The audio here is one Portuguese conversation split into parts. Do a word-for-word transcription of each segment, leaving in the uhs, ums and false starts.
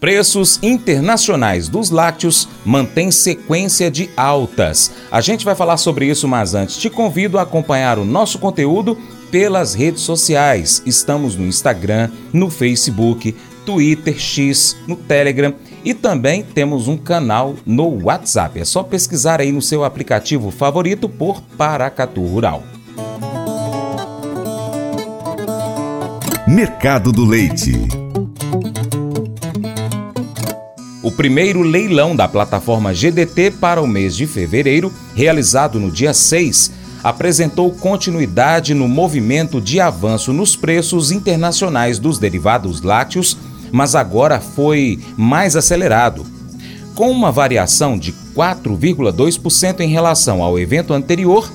Preços internacionais dos lácteos mantêm sequência de altas. A gente vai falar sobre isso, mas antes te convido a acompanhar o nosso conteúdo pelas redes sociais. Estamos no Instagram, no Facebook, Twitter, X, no Telegram e também temos um canal no WhatsApp. É só pesquisar aí no seu aplicativo favorito por Paracatu Rural. Mercado do Leite. O primeiro leilão da plataforma G D T para o mês de fevereiro, realizado no dia seis, apresentou continuidade no movimento de avanço nos preços internacionais dos derivados lácteos, mas agora foi mais acelerado. Com uma variação de quatro vírgula dois por cento em relação ao evento anterior,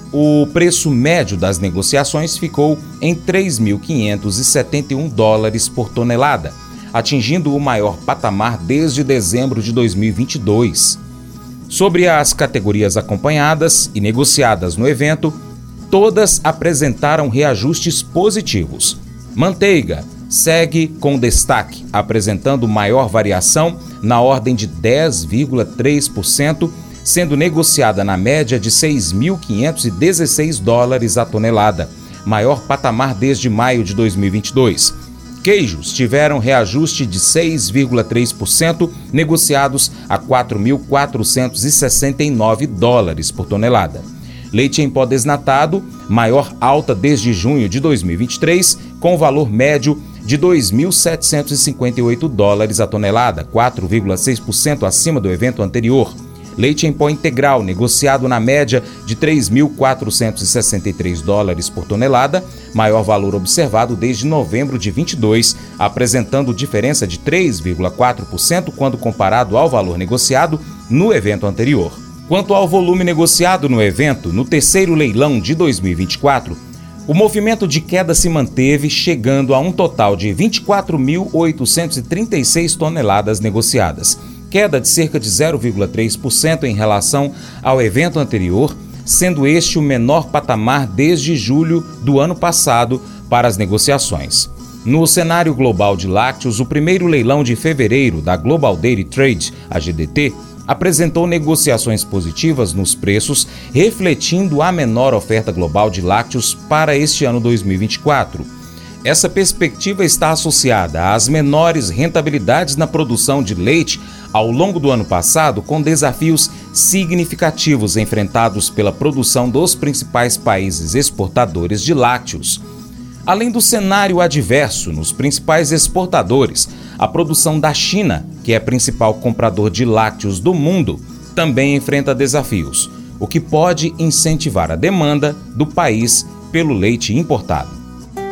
o preço médio das negociações ficou em três mil quinhentos e setenta e um dólares por tonelada, atingindo o maior patamar desde dezembro de dois mil e vinte e dois. Sobre as categorias acompanhadas e negociadas no evento, todas apresentaram reajustes positivos. Manteiga segue com destaque, apresentando maior variação na ordem de dez vírgula três por cento, sendo negociada na média de seis mil quinhentos e dezesseis dólares a tonelada, maior patamar desde maio de dois mil e vinte e dois. Queijos tiveram reajuste de seis vírgula três por cento, negociados a quatro mil quatrocentos e sessenta e nove dólares por tonelada. Leite em pó desnatado, maior alta desde junho de dois mil e vinte e três, com valor médio de dois mil setecentos e cinquenta e oito dólares a tonelada, quatro vírgula seis por cento acima do evento anterior. Leite em pó integral, negociado na média de três mil quatrocentos e sessenta e três dólares por tonelada, maior valor observado desde novembro de vinte e dois, apresentando diferença de três vírgula quatro por cento quando comparado ao valor negociado no evento anterior. Quanto ao volume negociado no evento, no terceiro leilão de dois mil e vinte e quatro, o movimento de queda se manteve, chegando a um total de vinte e quatro mil oitocentos e trinta e seis toneladas negociadas, queda de cerca de zero vírgula três por cento em relação ao evento anterior, sendo este o menor patamar desde julho do ano passado para as negociações. No cenário global de lácteos, o primeiro leilão de fevereiro da Global Dairy Trade, a G D T, apresentou negociações positivas nos preços, refletindo a menor oferta global de lácteos para este ano dois mil e vinte e quatro. Essa perspectiva está associada às menores rentabilidades na produção de leite ao longo do ano passado, com desafios significativos enfrentados pela produção dos principais países exportadores de lácteos. Além do cenário adverso nos principais exportadores, a produção da China, que é principal comprador de lácteos do mundo, também enfrenta desafios, o que pode incentivar a demanda do país pelo leite importado.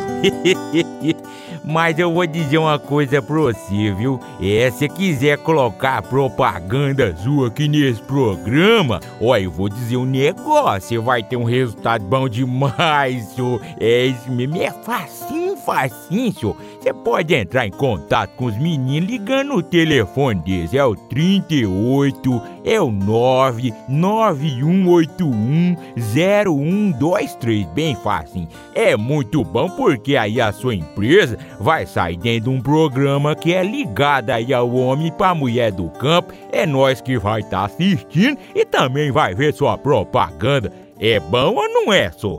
Mas eu vou dizer uma coisa pra você, viu? É, se quiser colocar propaganda sua aqui nesse programa, ó, eu vou dizer um negócio, você vai ter um resultado bom demais, senhor. É isso mesmo, é facinho, facinho, senhor. Você pode entrar em contato com os meninos ligando no telefone deles, é o trinta e oito, é o nove nove um oito um zero um dois três, bem fácil. É muito bom porque aí a sua empresa vai sair dentro de um programa que é ligado aí ao homem para a mulher do campo. É nós que vai estar tá assistindo e também vai ver sua propaganda. É bom ou não é, só?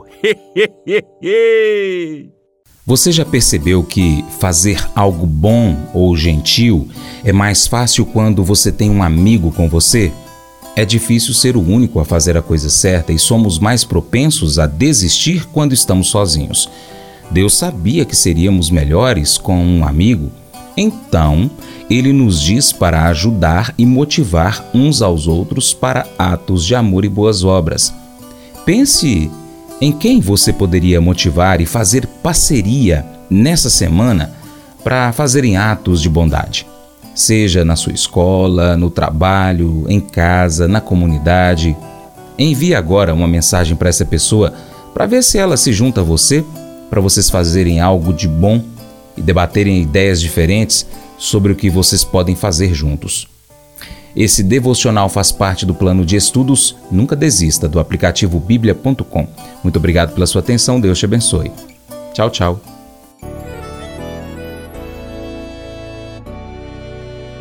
Você já percebeu que fazer algo bom ou gentil é mais fácil quando você tem um amigo com você? É difícil ser o único a fazer a coisa certa e somos mais propensos a desistir quando estamos sozinhos. Deus sabia que seríamos melhores com um amigo, então Ele nos diz para ajudar e motivar uns aos outros para atos de amor e boas obras. Pense em quem você poderia motivar e fazer parceria nessa semana para fazerem atos de bondade. Seja na sua escola, no trabalho, em casa, na comunidade. Envie agora uma mensagem para essa pessoa para ver se ela se junta a você, para vocês fazerem algo de bom e debaterem ideias diferentes sobre o que vocês podem fazer juntos. Esse devocional faz parte do plano de estudos Nunca Desista, do aplicativo bíblia ponto com. Muito obrigado pela sua atenção, Deus te abençoe. Tchau, tchau.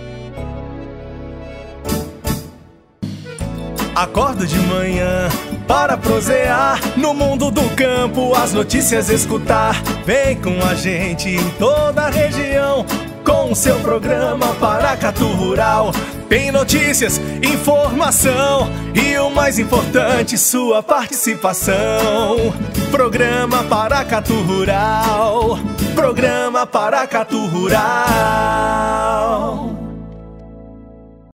Acordo de manhã para prosear no mundo do campo, as notícias escutar. Vem com a gente em toda a região com o seu programa Paracatu Rural. Tem notícias, informação e o mais importante, sua participação. Programa Paracatu Rural. Programa Paracatu Rural.